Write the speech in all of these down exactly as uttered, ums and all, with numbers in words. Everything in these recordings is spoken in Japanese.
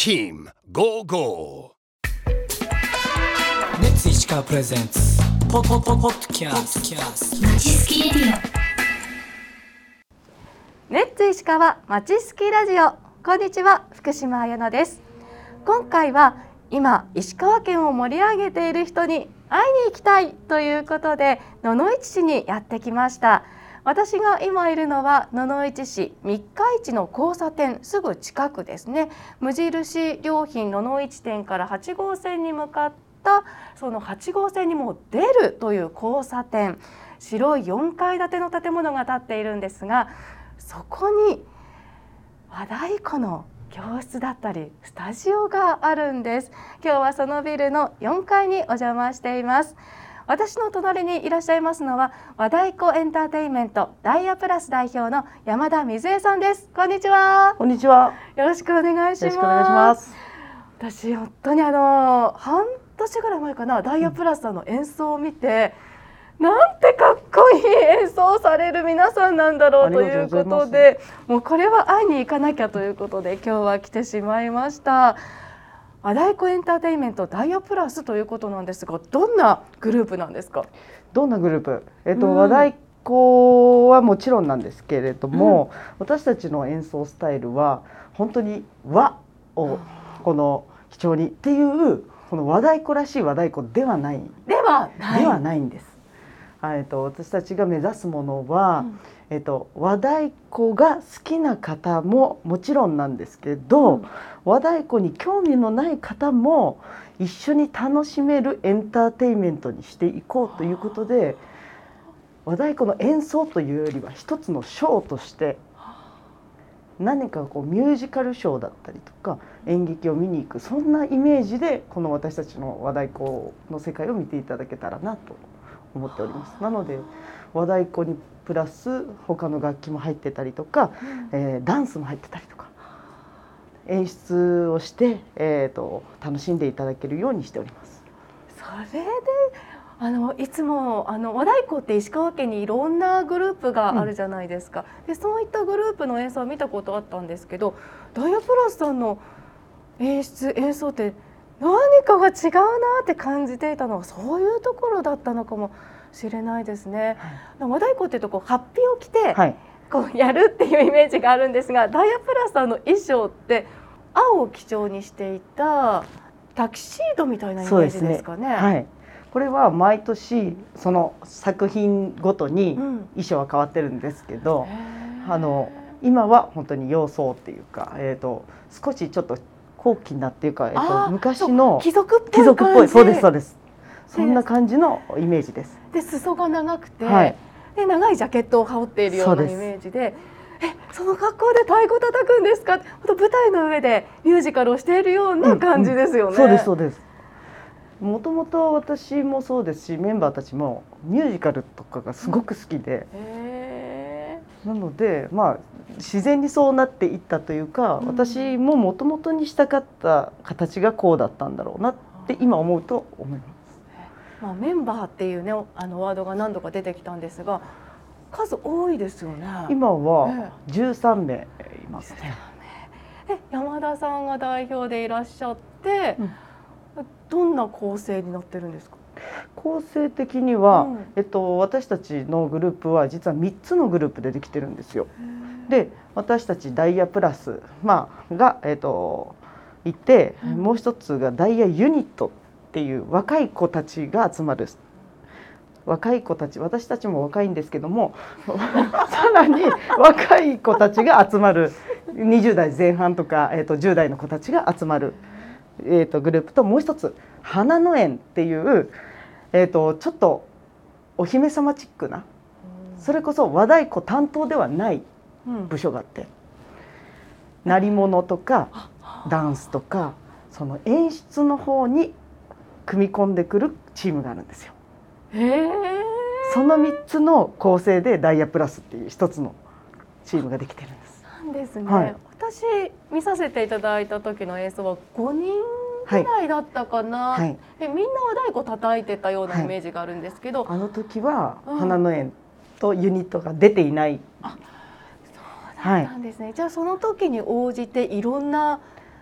Team Go Go レッツ石川プレゼンツポポポポッドキャストまちすきレディオ。レッツ石川まちすきラジオ。こんにちは、福島彩乃です。今回は今石川県を盛り上げている人に会いに行きたいということで野々市市にやってきました。私が今いるのは野々市市三日市の交差点すぐ近くですね。無印良品野々市店からはち号線に向かったそのはち号線にも出るという交差点、白いよんかい建ての建物が建っているんですが、そこに和太鼓の教室だったりスタジオがあるんです。今日はそのビルのよんかいにお邪魔しています。私の隣にいらっしゃいますのは和太鼓エンターテインメントダイヤプラス代表の山田瑞恵さんです。こんにちは。 こんにちは。 よろしくお願いします。 よろしくお願いします。 私本当にあの半年ぐらい前かな、ダイヤプラスさんの演奏を見て、うん、なんてかっこいい演奏される皆さんなんだろうということで、もうこれは会いに行かなきゃということで今日は来てしまいました。和太鼓エンターテインメントダイヤプラスということなんですが、どんなグループなんですか？ どんなグループ、えっとうん、和太鼓はもちろんなんですけれども、うん、私たちの演奏スタイルは本当に和をこの基調にっていうこの和太鼓らしい和太鼓ではないではないではないんです。えっと、私たちが目指すものは、うんえっと、和太鼓が好きな方ももちろんなんですけど、うん、和太鼓に興味のない方も一緒に楽しめるエンターテインメントにしていこうということで、和太鼓の演奏というよりは一つのショーとして何かこうミュージカルショーだったりとか演劇を見に行く、そんなイメージでこの私たちの和太鼓の世界を見ていただけたらなと思っております。なので和太鼓にプラス他の楽器も入ってたりとか、うんえー、ダンスも入ってたりとか演出をして、えー、と楽しんでいただけるようにしております。 それであのいつもあの和太鼓って石川県にいろんなグループがあるじゃないですか、うん、でそういったグループの演奏を見たことあったんですけど、ダイヤプラスさんの演出演奏って何かが違うなって感じていたのはそういうところだったのかもしれないですね。はい、和太鼓っていうとこうハッピーを着て、はい、こうやるっていうイメージがあるんですが、ダイヤプラスさんの衣装って青を基調にしていたタキシードみたいなイメージですかね。 そうですね。はい、これは毎年その作品ごとに衣装は変わってるんですけど、うん、あの今は本当に洋装っていうか、えーと、少しちょっと高貴なっていうか、えーと、昔の貴族っぽい貴族っぽい、そうですそうです、そんな感じのイメージです。 で裾が長くて、 はい、 で長いジャケットを羽織っているようなイメージで、えその格好で太鼓叩くんですか？舞台の上でミュージカルをしているような感じですよね。 うんうん、そうですそうです。もともと私もそうですし、メンバーたちもミュージカルとかがすごく好きで、うん、なのでまあ自然にそうなっていったというか、うん、私ももともとにしたかった形がこうだったんだろうなって今思うと思います。 まあ、メンバーっていうねあのワードが何度か出てきたんですが、数多いですよね。 今はじゅうさんめいいますね。 え山田さんが代表でいらっしゃって、うん、どんな構成になってるんですか？ 構成的には、うんえっと、私たちのグループは実はみっつのグループでできてるんですよ。で私たちダイヤプラス、まあ、が、えっと、いて、うん、もう一つがダイヤユニットっていう若い子たちが集まる、若い子たち、私たちも若いんですけどもさらに若い子たちが集まるにじゅう代前半とか、えー、とじゅう代の子たちが集まる、えー、とグループと、もう一つ花の園っていう、えー、とちょっとお姫様チックな、それこそ和太鼓担当ではない部署があって、うん、鳴り物とかダンスとかその演出の方に組み込んでくるチームがあるんですよ。 へー。 そのみっつの構成でダイヤプラスっていう一つのチームができてるんです。 なんですね。 はい、 私見させていただいた時の演奏はごにんぐらいだったかな。はい、でみんな和太鼓叩いてたようなイメージがあるんですけど、 はい、あの時は花の園とユニットが出ていない。 あ、そうだったんですね。はい、じゃあその時に応じていろんな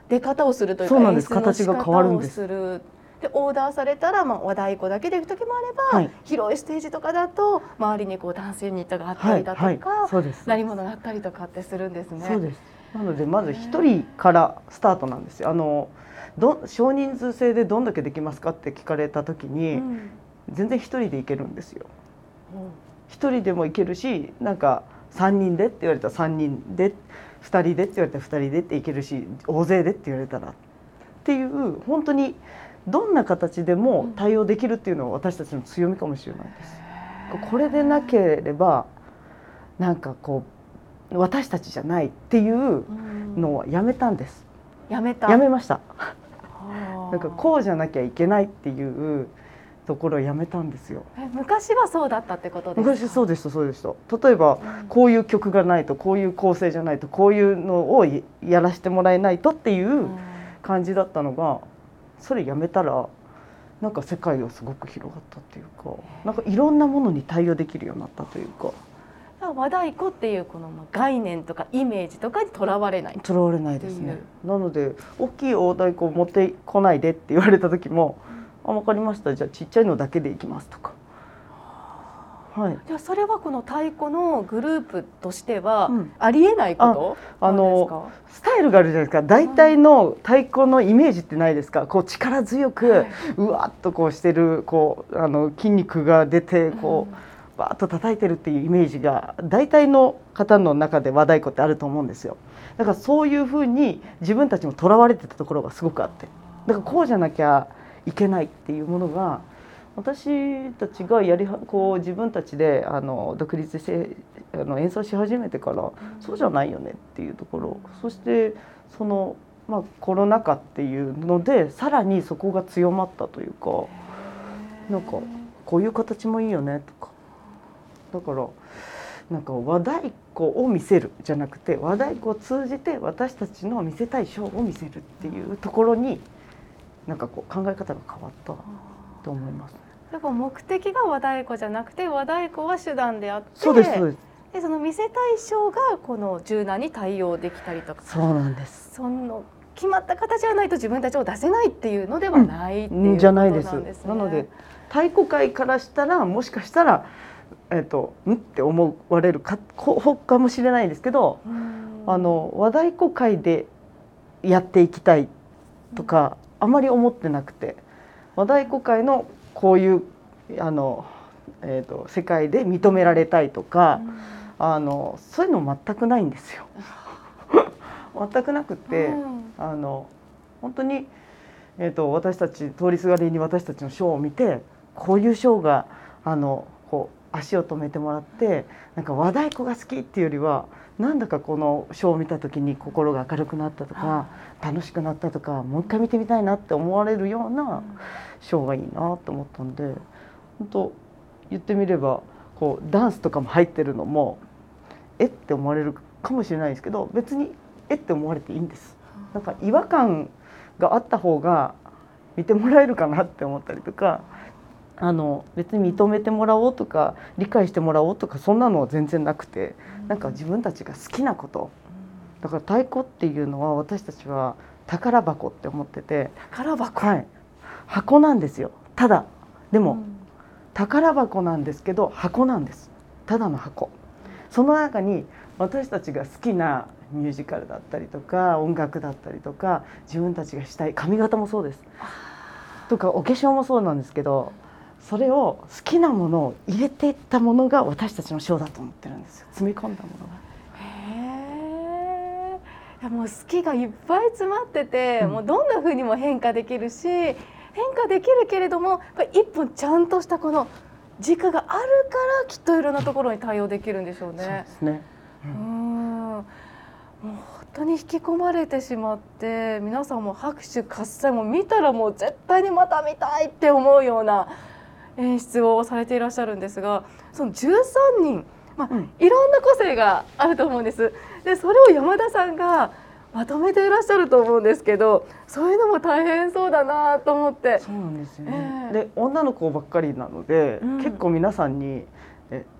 出方をするというか、 そうなんです。 演出の仕形が変わるん方をです。 する。でオーダーされたら、まあ、和太鼓だけで行く時もあれば、 はい、 広いステージとかだと周りにこうダンスユニットがあったりだとか、はいはい、 そうです、 鳴り物があったりとかってするんですね。 そうです。なのでまず一人からスタートなんですよ。あのど少人数制でどんだけできますかって聞かれた時に、うん、全然一人で行けるんですよ。一、うん、人でも行けるし、なんかさんにんでって言われたらさんにんで、ふたりでって言われたらふたりでって行けるし、大勢でって言われたらっていう、本当にどんな形でも対応できるっていうのは私たちの強みかもしれないです。これでなければなんかこう私たちじゃないっていうのはやめたんです。 やめた。 やめました。なんかこうじゃなきゃいけないっていうところをやめたんですよ。 え、昔はそうだったってことですか？ 昔そうでした、そうでした。例えば、うん、こういう曲がないと、こういう構成じゃないと、こういうのをやらせてもらえないとっていう感じだったのが、それやめたらなんか世界がすごく広がったっていうか、なんかいろんなものに対応できるようになったというか。 和太鼓っていうこの概念とかイメージとかにとらわれない。 とらわれないですね。なので大きい大太鼓を持ってこないでって言われた時も、あ、分かりました、じゃあちっちゃいのだけでいきますとか。はい、 じゃあそれはこの太鼓のグループとしてはありえないこと、 うん、ああのスタイルがあるじゃないですか。大体の太鼓のイメージってないですか。こう力強く、はい、うわっとこうしてる、こうあの筋肉が出てこう、うん、バーッと叩いてるっていうイメージが大体の方の中で和太鼓ってあると思うんですよ。だからそういうふうに自分たちもとらわれてたところがすごくあって、だからこうじゃなきゃいけないっていうものが、私たちがやりこう自分たちであの独立してあの演奏し始めてから、うん、そうじゃないよねっていうところ、そしてその、まあ、コロナ禍っていうのでさらにそこが強まったというか、なんかこういう形もいいよねとか、だからなんか和太鼓を見せるじゃなくて、和太鼓を通じて私たちの見せたいショーを見せるっていうところになんかこう考え方が変わったと思います。 だから目的が和太鼓じゃなくて、和太鼓は手段であって、 そうですそうです。 でその見せたいショーがこの柔軟に対応できたりとか、 そうなんです。 その決まった形はないと自分たちを出せないっていうのではないっていうことなんですね。 じゃないです。なので太鼓界からしたらもしかしたらえっとんって思われるかかもしれないですけど、あの和太鼓界でやっていきたいとかあまり思ってなくて、和太鼓界のこういうあの、えーと、世界で認められたいとか、うん、あのそういうの全くないんですよ。全くなくて、うん、あの本当に、えーと、私たち通りすがりに私たちのショーを見て、こういうショーがあのこう足を止めてもらって、なんか和太鼓が好きっていうよりは、なんだかこのショーを見た時に心が明るくなったとか、楽しくなったとか、もう一回見てみたいなって思われるようなショーがいいなと思ったんで、本当言ってみればこうダンスとかも入ってるのもえって思われるかもしれないですけど、別にえって思われていいんです。なんか違和感があった方が見てもらえるかなって思ったりとか、あの別に認めてもらおうとか理解してもらおうとかそんなのは全然なくて、なんか自分たちが好きなこと、だから太鼓っていうのは私たちは宝箱って思ってて、 宝箱、 はい、箱なんですよ。ただでも、うん、宝箱なんですけど箱なんです。ただの箱。その中に私たちが好きなミュージカルだったりとか音楽だったりとか、自分たちがしたい髪型もそうですとかお化粧もそうなんですけど、それを好きなものを入れていったものが私たちのショーだと思ってるんですよ。詰め込んだものが。 へえ。いやもう好きがいっぱい詰まってて、うん、もうどんな風にも変化できるし、変化できるけれども、やっぱり一本ちゃんとしたこの軸があるからきっといろんなところに対応できるんでしょうね。 そうですね。 うん、もう本当に引き込まれてしまって、皆さんも拍手喝采も見たらもう絶対にまた見たいって思うような演出をされていらっしゃるんですが、そのじゅうさんにん、まあうん、いろんな個性があると思うんです。でそれを山田さんがまとめていらっしゃると思うんですけど、そういうのも大変そうだなと思って。 そうなんですよね、えー、で女の子ばっかりなので、うん、結構皆さんにえ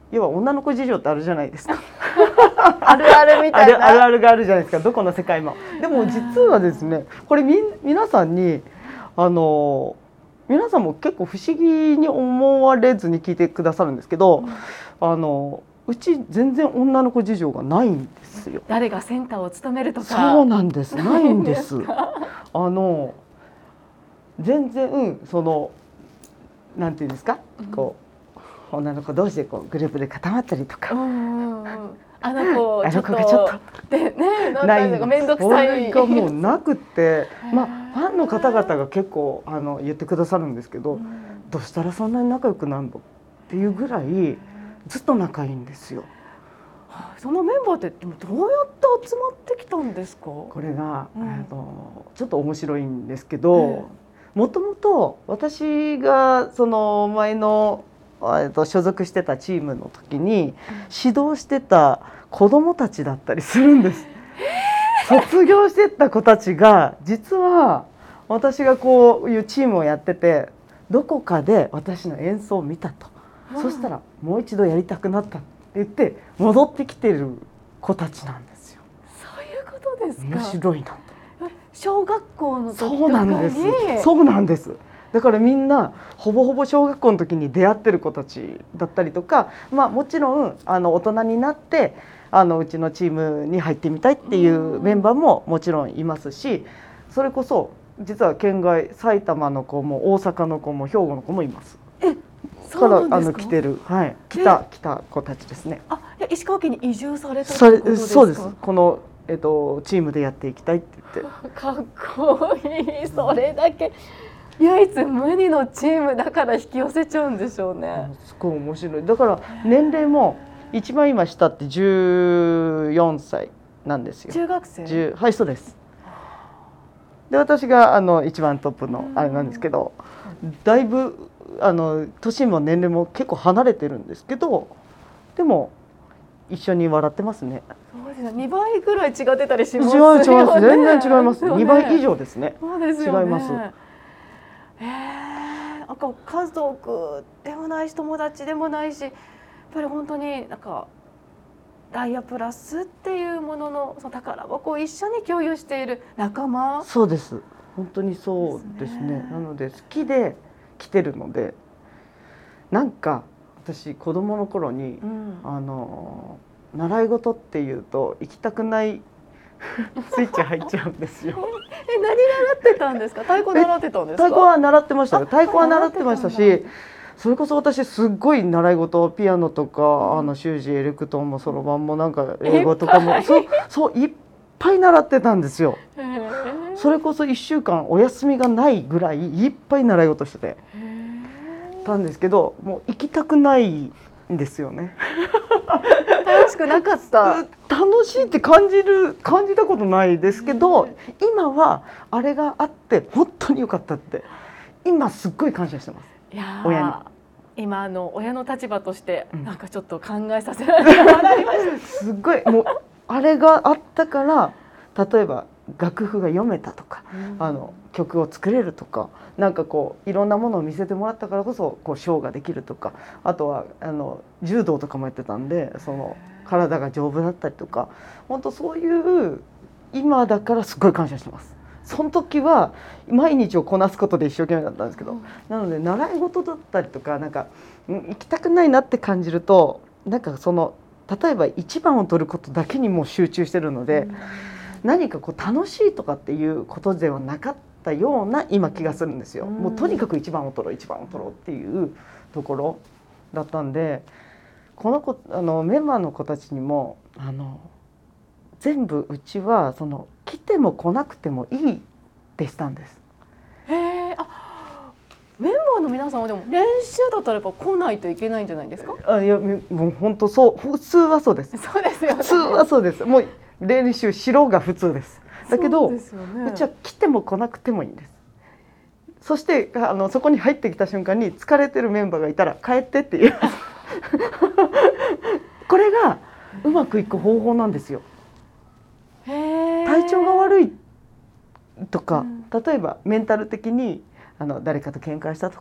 要は女の子事情ってあるじゃないですかあるあるみたいなあるあるあるがあるじゃないですか、どこの世界も。でも実はですね、これみ皆さんにあの皆さんも結構不思議に思われずに聞いてくださるんですけど、うん、あのうち全然女の子事情がないんですよ。 誰がセンターを務めるとか。 そうなんです、ないんです。あの全然そのなんていうんですか、こう女の子同士でこうグループで固まったりとか、うんうんうん、 あの子ちょっとちょっとでね、なんか面倒くさい。 それがもうなくて、まあファンの方々が結構あの言ってくださるんですけど、うん、どうしたらそんなに仲良くなるのっていうぐらいずっと仲いいんですよ。 そのメンバーってでもどうやって集まってきたんですか？ これが、うん、あのちょっと面白いんですけど、もともと私がその前の所属してたチームの時に指導してた子どもたちだったりするんです。卒業してった子たちが実は私がこういうチームをやっててどこかで私の演奏を見たと、うん、そしたらもう一度やりたくなったって言って戻ってきてる子たちなんですよ。 そういうことですか。 面白いな。 小学校の時とかに。 そうなんです。そうなんです。だからみんなほぼほぼ小学校の時に出会ってる子たちだったりとか、まあもちろんあの大人になってあのうちのチームに入ってみたいっていうメンバーももちろんいますし、それこそ実は県外埼玉の子も大阪の子も兵庫の子もいます。 え、そうなんですか。 からあの来てる、はい、来た来た子たちですね。 あ、石川県に移住されたってことですか。 そうです。このえっとチームでやっていきたいって言って。 かっこいい。それだけ。唯一無二のチームだから引き寄せちゃうんでしょうね。 すごい面白い。だから年齢も一番今下ってじゅうよんさいなんですよ。 中学生？ はい、そうです。で私があの一番トップのあれなんですけど、だいぶあの年も年齢も結構離れてるんですけど、でも一緒に笑ってますね。 そうですね。にばいぐらい違ってたりしますよね。違います。 全然違います。にばい以上ですね。 そうですよね。 違います。 えー、なんか家族でもないし友達でもないし、やっぱり本当になんかダイヤプラスっていうもののその宝箱を一緒に共有している仲間。 そうです。本当にそうですね。なので好きで来てるので、なんか私子供の頃に、うん、あの習い事っていうと行きたくないスイッチ入っちゃうんですよ。 え、何習ってたんですか？太鼓習ってたんですか？ 太鼓は習ってましたよ。太鼓は習ってましたし、それこそ私すっごい習い事、ピアノとか、うん、あの習字、エレクトーンもそろばんもなんか英語とかもそうそういっぱい習ってたんですよ。それこそいっしゅうかんお休みがないぐらいいっぱい習い事しててたんですけど、もう行きたくないんですよね。 楽しくなかった。 楽しいって感じる感じたことないですけど、今はあれがあって本当に良かったって今すっごい感謝してます。 いや親に。 今あの親の立場としてなんかちょっと考えさせられて笑いました。 すごいもうあれがあったから例えば楽譜が読めたとか、うん、あの曲を作れるとか、なんかこういろんなものを見せてもらったからこそこうショーができるとか、あとはあの柔道とかもやってたんでその体が丈夫だったりとか、本当そういう今だからすごい感謝してます。その時は毎日をこなすことで一生懸命だったんですけど、うん、なので習い事だったりとかなんか行きたくないなって感じると、なんかその例えば一番を取ることだけにもう集中してるので、うん、何かこう楽しいとかっていうことではなかったような今気がするんですよ。もうとにかく一番を取ろう一番を取ろうっていうところだったんで、この子あのメンバーの子たちにもあの全部うちはその来ても来なくてもいいってしたんです。 へえ、あ、メンバーの皆さんはでも練習だったらやっぱ来ないといけないんじゃないですか？ あ、いやもう本当そう普通はそうです。 そうですよね。 普通はそうです。もう練習しろが普通です。だけど う,、ね、うちは来ても来なくてもいいんです。そしてあのそこに入ってきた瞬間に疲れてるメンバーがいたら帰ってっていうこれがうまくいく方法なんですよ。体調が悪いとか、うん、例えばメンタル的にあの誰かと喧嘩したとか、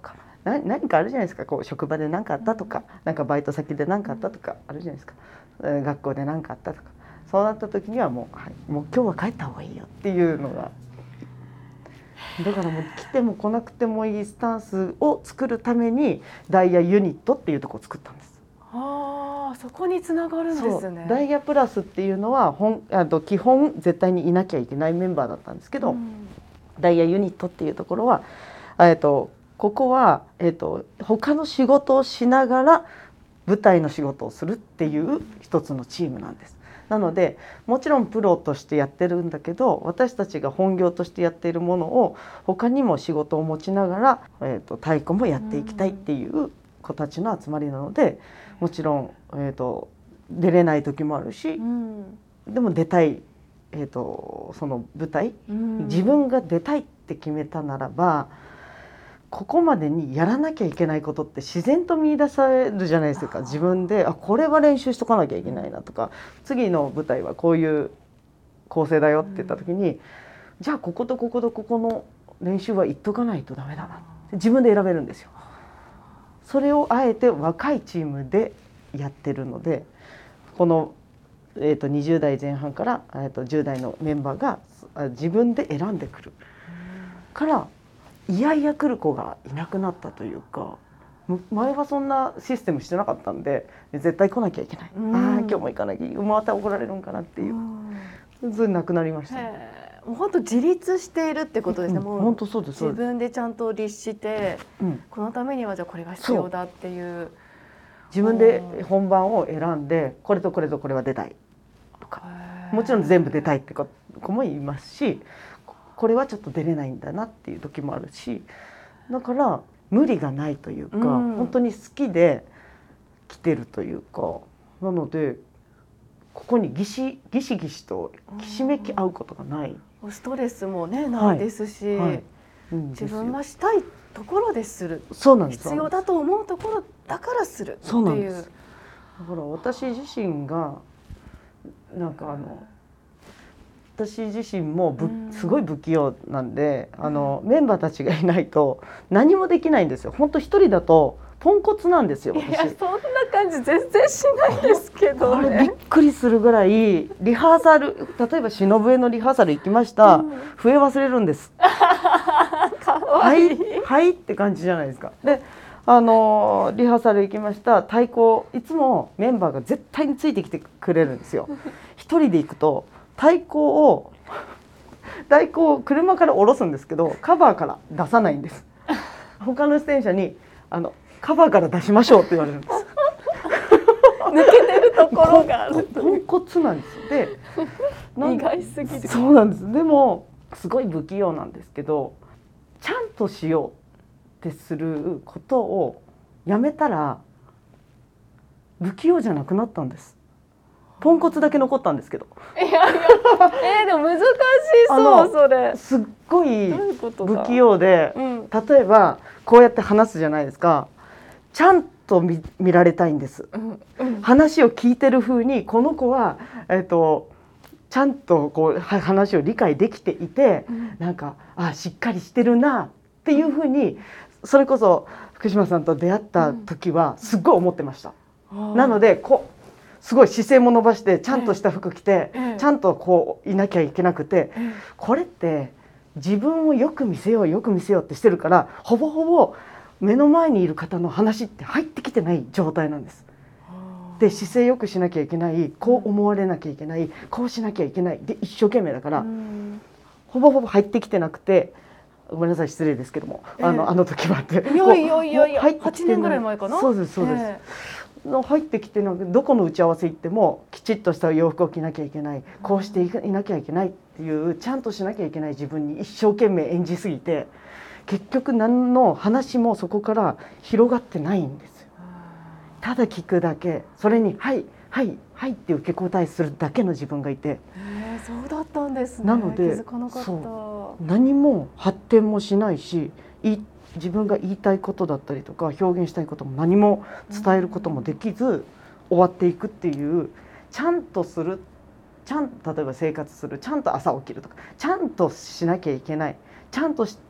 な何かあるじゃないですか。こう職場で何かあったとか、なんかバイト先で何かあったとかあるじゃないですか。学校で何かあったとか、そうなった時にはもう、はい、もう今日は帰った方がいいよっていうのが、だからもう来ても来なくてもいいスタンスを作るためにダイヤユニットっていうところを作ったんです。 ああ、そこにつながるんですね。 ダイヤプラスっていうのは本あと基本絶対にいなきゃいけないメンバーだったんですけど、うん、ダイヤユニットっていうところは、えっとここは、えっと他の仕事をしながら舞台の仕事をするっていう一つのチームなんです。なのでもちろんプロとしてやってるんだけど、私たちが本業としてやっているものを他にも仕事を持ちながら、えーと、太鼓もやっていきたいっていう子たちの集まりなので、もちろん、えーと、出れない時もあるし、うん、でも出たい、えーと、その舞台、うん、自分が出たいって決めたならば、ここまでにやらなきゃいけないことって自然と見出されるじゃないですか。自分であこれは練習しとかなきゃいけないなとか、次の舞台はこういう構成だよって言った時に、うん、じゃあこことこことここの練習は言っとかないとダメだなって自分で選べるんですよ。それをあえて若いチームでやってるので、この、えー、とにじゅう代前半から、えー、とじゅう代のメンバーが自分で選んでくるから、いやいや来る子がいなくなったというか、前はそんなシステムしてなかったんで、絶対来なきゃいけない、うん、ああ今日も行かなきゃいけない、また怒られるんかなっていう、うん、それなくなりました。 もう本当自立しているってことですね。うん、もう本当そうです。 自分でちゃんと律して、うん、このためにはじゃあこれが必要だっていう、 自分で本番を選んで、これとこれとこれは出たいとか、もちろん全部出たいって子もいますし、これはちょっと出れないんだなっていう時もあるし、だから無理がないというか、うん、本当に好きで来てるというか、なのでここにギシギシギシときしめき合うことがない、 ストレスもねないですし、はいはい、うん、自分がしたいところでする、 そうなんです、 必要だと思うところだからするっていう。 そうなんです。だから私自身がなんかあの私自身もぶすごい不器用なんで、あのメンバーたちがいないと何もできないんですよ。本当一人だとポンコツなんですよ。私いやそんな感じ全然しないですけどね。 あれびっくりするぐらいリハーサル、例えば篠笛のリハーサル行きました、うん、笛忘れるんです。 かわいい、 はいはいって感じじゃないですか。であのリハーサル行きました、太鼓いつもメンバーが絶対についてきてくれるんですよ。一人で行くと太鼓を太鼓を車から下ろすんですけど、カバーから出さないんです。他の出演者にあのカバーから出しましょうって言われるんです。 抜けてるところがあるとポンコツなんですで意外すぎる。 そうなんです。でもすごい不器用なんですけど、ちゃんとしようってすることをやめたら不器用じゃなくなったんです。ポンコツだけ残ったんですけど。 いやいや、えー、でも難しそうそれ。 すっごい不器用で、うん、例えばこうやって話すじゃないですか。ちゃんと 見, 見られたいんです、うんうん。話を聞いてる風にこの子はえっ、ー、とちゃんとこう話を理解できていて、うん、なんかあしっかりしてるなっていう風に、それこそ福島さんと出会った時はすっごい思ってました。うん、なのでこう。すごい姿勢も伸ばしてちゃんとした服着て、ええ、ちゃんとこういなきゃいけなくて、ええ、これって自分をよく見せようよく見せようってしてるから、ほぼほぼ目の前にいる方の話って入ってきてない状態なんです。で姿勢よくしなきゃいけない、こう思われなきゃいけない、こうしなきゃいけないで一生懸命だから、ほぼほぼ入ってきてなくて、ごめんなさい失礼ですけども、ええ、あのあの時はっていやいやいやいやはちねんぐらい前かな。 そうですそうです、ええ、の入ってきて、どこの打ち合わせ行ってもきちっとした洋服を着なきゃいけない、こうしていなきゃいけないっていうちゃんとしなきゃいけない自分に一生懸命演じすぎて、結局何の話もそこから広がってないんですよ。ただ聞くだけ、それにはいはいはいって受け答えするだけの自分がいて、 えー、そうだったんですね。 なので気づかなかった。 そう何も発展もしないし、い自分が言いたいことだったりとか表現したいことも何も伝えることもできず終わっていくっていう、ちゃんとする、ちゃん例えば生活する、ちゃんと朝起きるとか、ちゃんとしなきゃいけない、ちゃんとし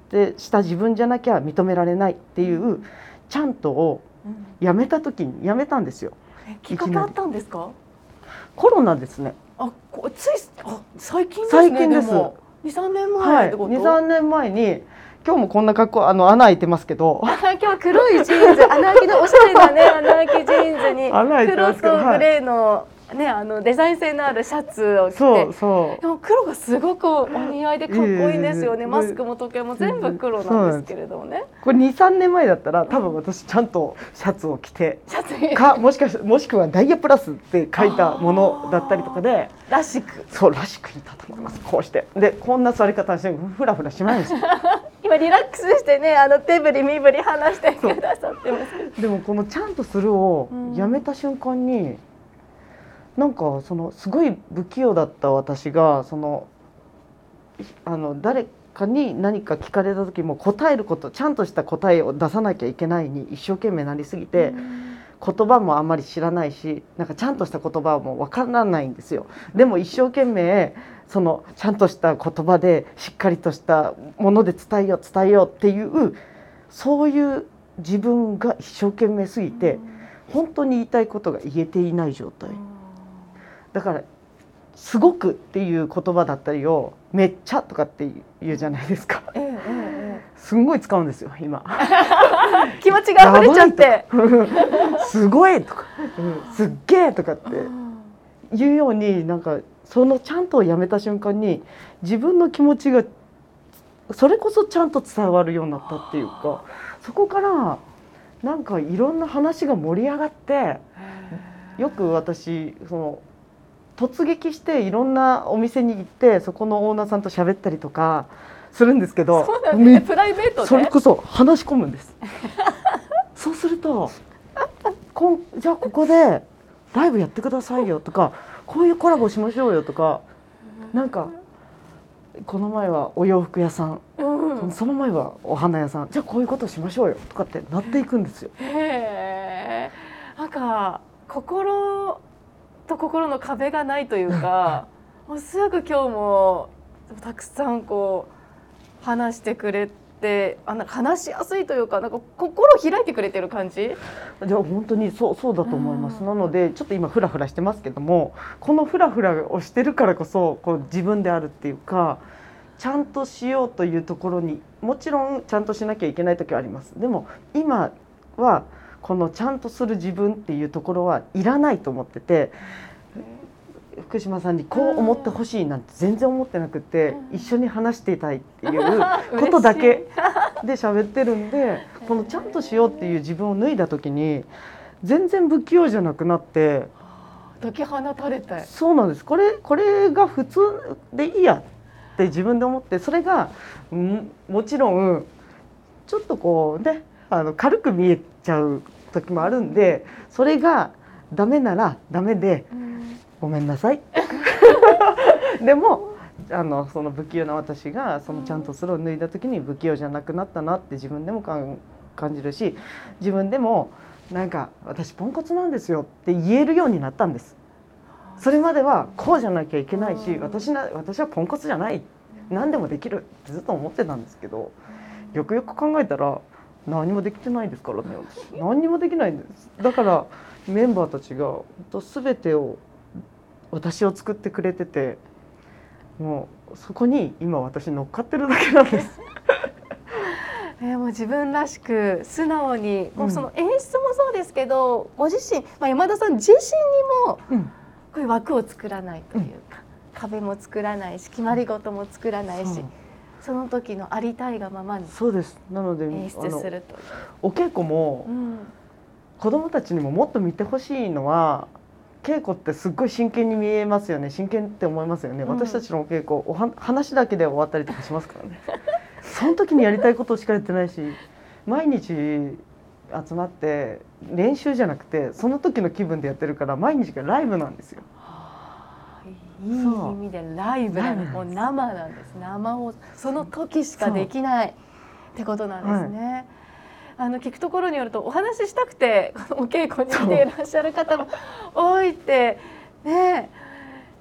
ってした自分じゃなきゃ認められないっていうちゃんとをやめた時にやめたんですよ。 きっかけあったんですか？ コロナですね。 あ、こついあ最近ですね。 最近です。 にさんねんまえってこと？ はい、にさんねんまえに今日もこんな格好あの穴開いてますけど今日は黒いジーンズ穴開きのおしゃれなね穴開きジーンズに黒とグレーの、ね、あのデザイン性のあるシャツを着て、 そうそうでも黒がすごくお似合いでかっこいいんですよね。マスクも時計も全部黒なんですけれどもね。 これにさんねんまえだったら多分私ちゃんとシャツを着てシャツかもしかしもしくはダイヤプラスって書いたものだったりとかでらしくそうらしくいたと思います。こうしてでこんな座り方してフラフラしないんですよ今リラックスしてねあの手振り身振り話してくださってますけどでもこのちゃんとするをやめた瞬間に、うんなんかそのすごい不器用だった私がそのあの誰かに何か聞かれた時も答えることちゃんとした答えを出さなきゃいけないに一生懸命なりすぎて言葉もあんまり知らないしなんかちゃんとした言葉もわからないんですよ。でも一生懸命そのちゃんとした言葉でしっかりとしたもので伝えよう伝えようっていうそういう自分が一生懸命すぎて本当に言いたいことが言えていない状態。だからすごくっていう言葉だったりをめっちゃとかって言うじゃないですか。ええええ、すんごい使うんですよ今。 気持ちが溢れちゃって。 すごいとか、すっげえとかって言うようになんかそのちゃんとをやめた瞬間に自分の気持ちがそれこそちゃんと伝わるようになったっていうかそこからなんかいろんな話が盛り上がってよく私その。突撃していろんなお店に行ってそこのオーナーさんと喋ったりとかするんですけどそうなんですね、プライベートでそれこそ話し込むんですそうするとこんじゃあここでライブやってくださいよとかこういうコラボしましょうよとかなんかこの前はお洋服屋さん、うん、その前はお花屋さんじゃあこういうことしましょうよとかってなっていくんですよ。 へーなんか心と心の壁がないというかもうすぐ今日もたくさんこう話してくれてあなんか話しやすいというかなんか心を開いてくれてる感じじゃあ本当にそうそうだと思います、うん、なのでちょっと今フラフラしてますけどもこのフラフラをしてるからこそこう自分であるっていうかちゃんとしようというところにもちろんちゃんとしなきゃいけない時はあります。でも今はこのちゃんとする自分っていうところはいらないと思ってて福島さんにこう思ってほしいなんて全然思ってなくて一緒に話していたいっていうことだけで喋ってるんでこのちゃんとしようっていう自分を脱いだ時に全然不器用じゃなくなって解き放たれたい。 そうなんです。これこれが普通でいいやって自分で思ってそれがもちろんちょっとこうねあの軽く見えちゃう時もあるんでそれがダメならダメで、うん、ごめんなさいでもあのその不器用な私がそのちゃんとそれを脱いだ時に不器用じゃなくなったなって自分でも感じるし自分でもなんか私ポンコツなんですよって言えるようになったんです。それまではこうじゃなきゃいけないし私な私はポンコツじゃない何でもできるってずっと思ってたんですけどよくよく考えたら何もできてないですからね私何にもできないんです。だからメンバーたちが全てを私を作ってくれててもうそこに今私乗っかってるだけなんですえー、もう自分らしく素直に、うん、もうその演出もそうですけどご自身、まあ、山田さん自身にも、うん、こういう枠を作らないというか、うん、壁も作らないし決まり事も作らないし、うん、その時のありたいがままにそうですなので演出するというお稽古も、うん、子どもたちにももっと見てほしいのは稽古ってすっごい真剣に見えますよね。真剣って思いますよね、うん、私たちのお稽古おは話だけで終わったりとかしますからねその時にやりたいことしかやってないし毎日集まって練習じゃなくてその時の気分でやってるから毎日がライブなんですよ。 いい意味でライブなんです。もう生なんです。生をその時しかできないってことなんですね。はい、あの聞くところによるとお話ししたくてお稽古に来ていらっしゃる方も多いってね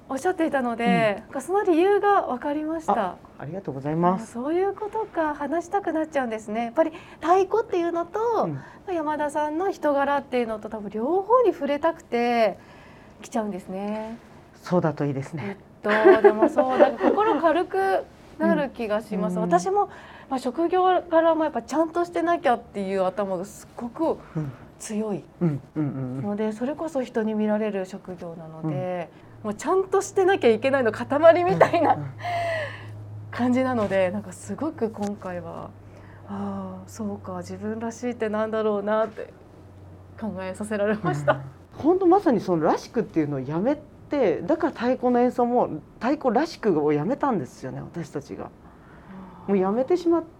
おっしゃっていたので、うん、なんかその理由が分かりました。 あ、ありがとうございます。 そういうことか、話したくなっちゃうんですね。やっぱり太鼓っていうのと、うん、山田さんの人柄っていうのと多分両方に触れたくて来ちゃうんですね。 そうだといいですね。 えっとでもそうなんか心軽くなる気がします。うん、私も、まあ、職業柄もやっぱちゃんとしてなきゃっていう頭がすごく強いので、それこそ人に見られる職業なので、うん、もうちゃんとしてなきゃいけないの塊みたいな、うん、感じなので、なんかすごく今回はああそうか、自分らしいってなんだろうなって考えさせられました。うん、 本当まさにそのらしくっていうのをやめて、だから太鼓の演奏も太鼓らしくをやめたんですよね、私たちが。もうやめてしまって、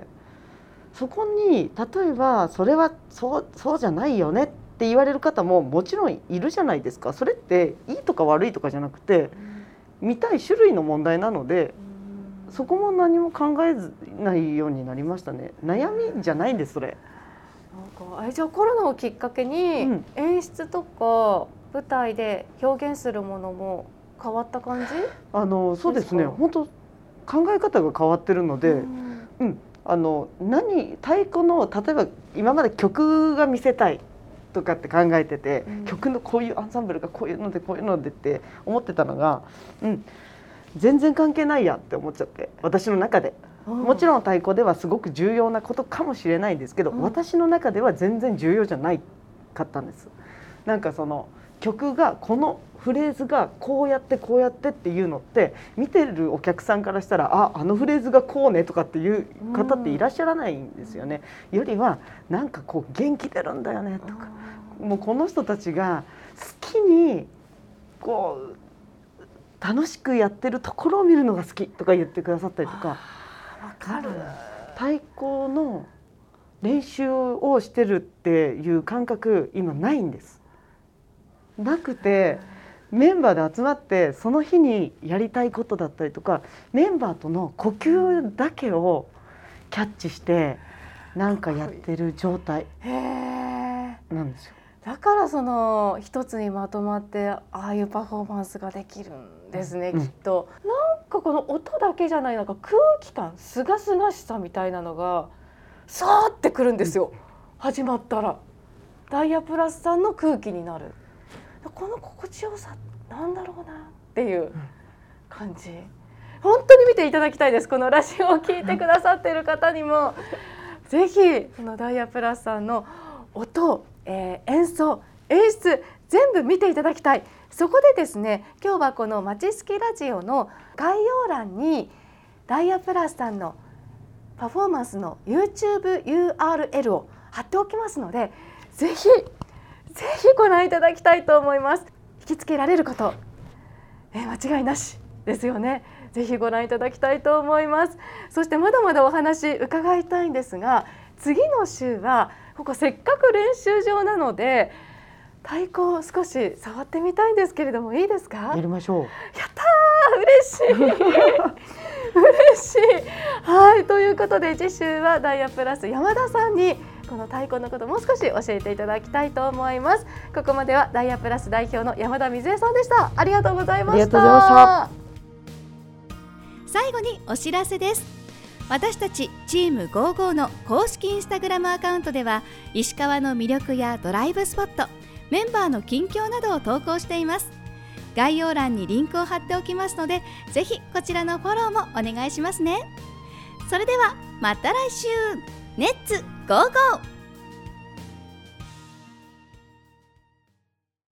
そこに例えばそれはそうそうじゃないよねって言われる方ももちろんいるじゃないですか。それっていいとか悪いとかじゃなくて、見たい種類の問題なので、そこも何も考えないようになりましたね。悩みじゃないんです、それ。 なんかじゃあコロナをきっかけに演出とか舞台で表現するものも変わった感じ？ あのそうですね、本当考え方が変わってるので、うん、うん、あの何太鼓の例えば今まで曲が見せたいとかって考えてて、うん、曲のこういうアンサンブルがこういうのでこういうのでって思ってたのが、うん、全然関係ないやって思っちゃって、私の中で。もちろん太鼓ではすごく重要なことかもしれないんですけど、うん、私の中では全然重要じゃないかったんです。なんかその曲がこのフレーズがこうやってこうやってっていうのって見てるお客さんからしたら、あ、あのフレーズがこうねとかっていう方っていらっしゃらないんですよね。よりはなんかこう元気出るんだよねとか、もうこの人たちが好きにこう楽しくやってるところを見るのが好きとか言ってくださったりとか。 わかる。 太鼓の練習をしてるっていう感覚今ないんです。なくて、メンバーで集まってその日にやりたいことだったりとか、メンバーとの呼吸だけをキャッチしてなんかやってる状態なんですよ。 だからその一つにまとまってああいうパフォーマンスができるんですね、うん、きっと。なんかこの音だけじゃない、なんか空気感、すがすがしさみたいなのがさーってくるんですよ、うん、始まったら。ダイヤプラスさんの空気になる、この心地よさなんだろうなっていう感じ、本当に見ていただきたいです。このラジオを聞いてくださっている方にもぜひこのダイヤプラスさんの音、えー、演奏、演出全部見ていただきたい。そこでですね、今日はこのまちすきラジオの概要欄にダイヤプラスさんのパフォーマンスの YouTube ユーアールエル を貼っておきますので、ぜひぜひご覧いただきたいと思います。引きつけられること、えー、間違いなしですよね。ぜひご覧いただきたいと思います。そしてまだまだお話伺いたいんですが、次の週はここせっかく練習場なので太鼓を少し触ってみたいんですけれども、いいですか？ やりましょう。 やったー、嬉しい嬉しい。はい、ということで次週はダイヤプラス山田さんにこの太鼓のこともう少し教えていただきたいと思います。ここまではダイヤプラス代表の山田瑞恵さんでした。ありがとうございました。 ありがとうございました。最後にお知らせです。私たちチームゴーゴーの公式インスタグラムアカウントでは、石川の魅力やドライブスポット、メンバーの近況などを投稿しています。概要欄にリンクを貼っておきますので、ぜひこちらのフォローもお願いしますね。それではまた来週。レッツゴーゴー。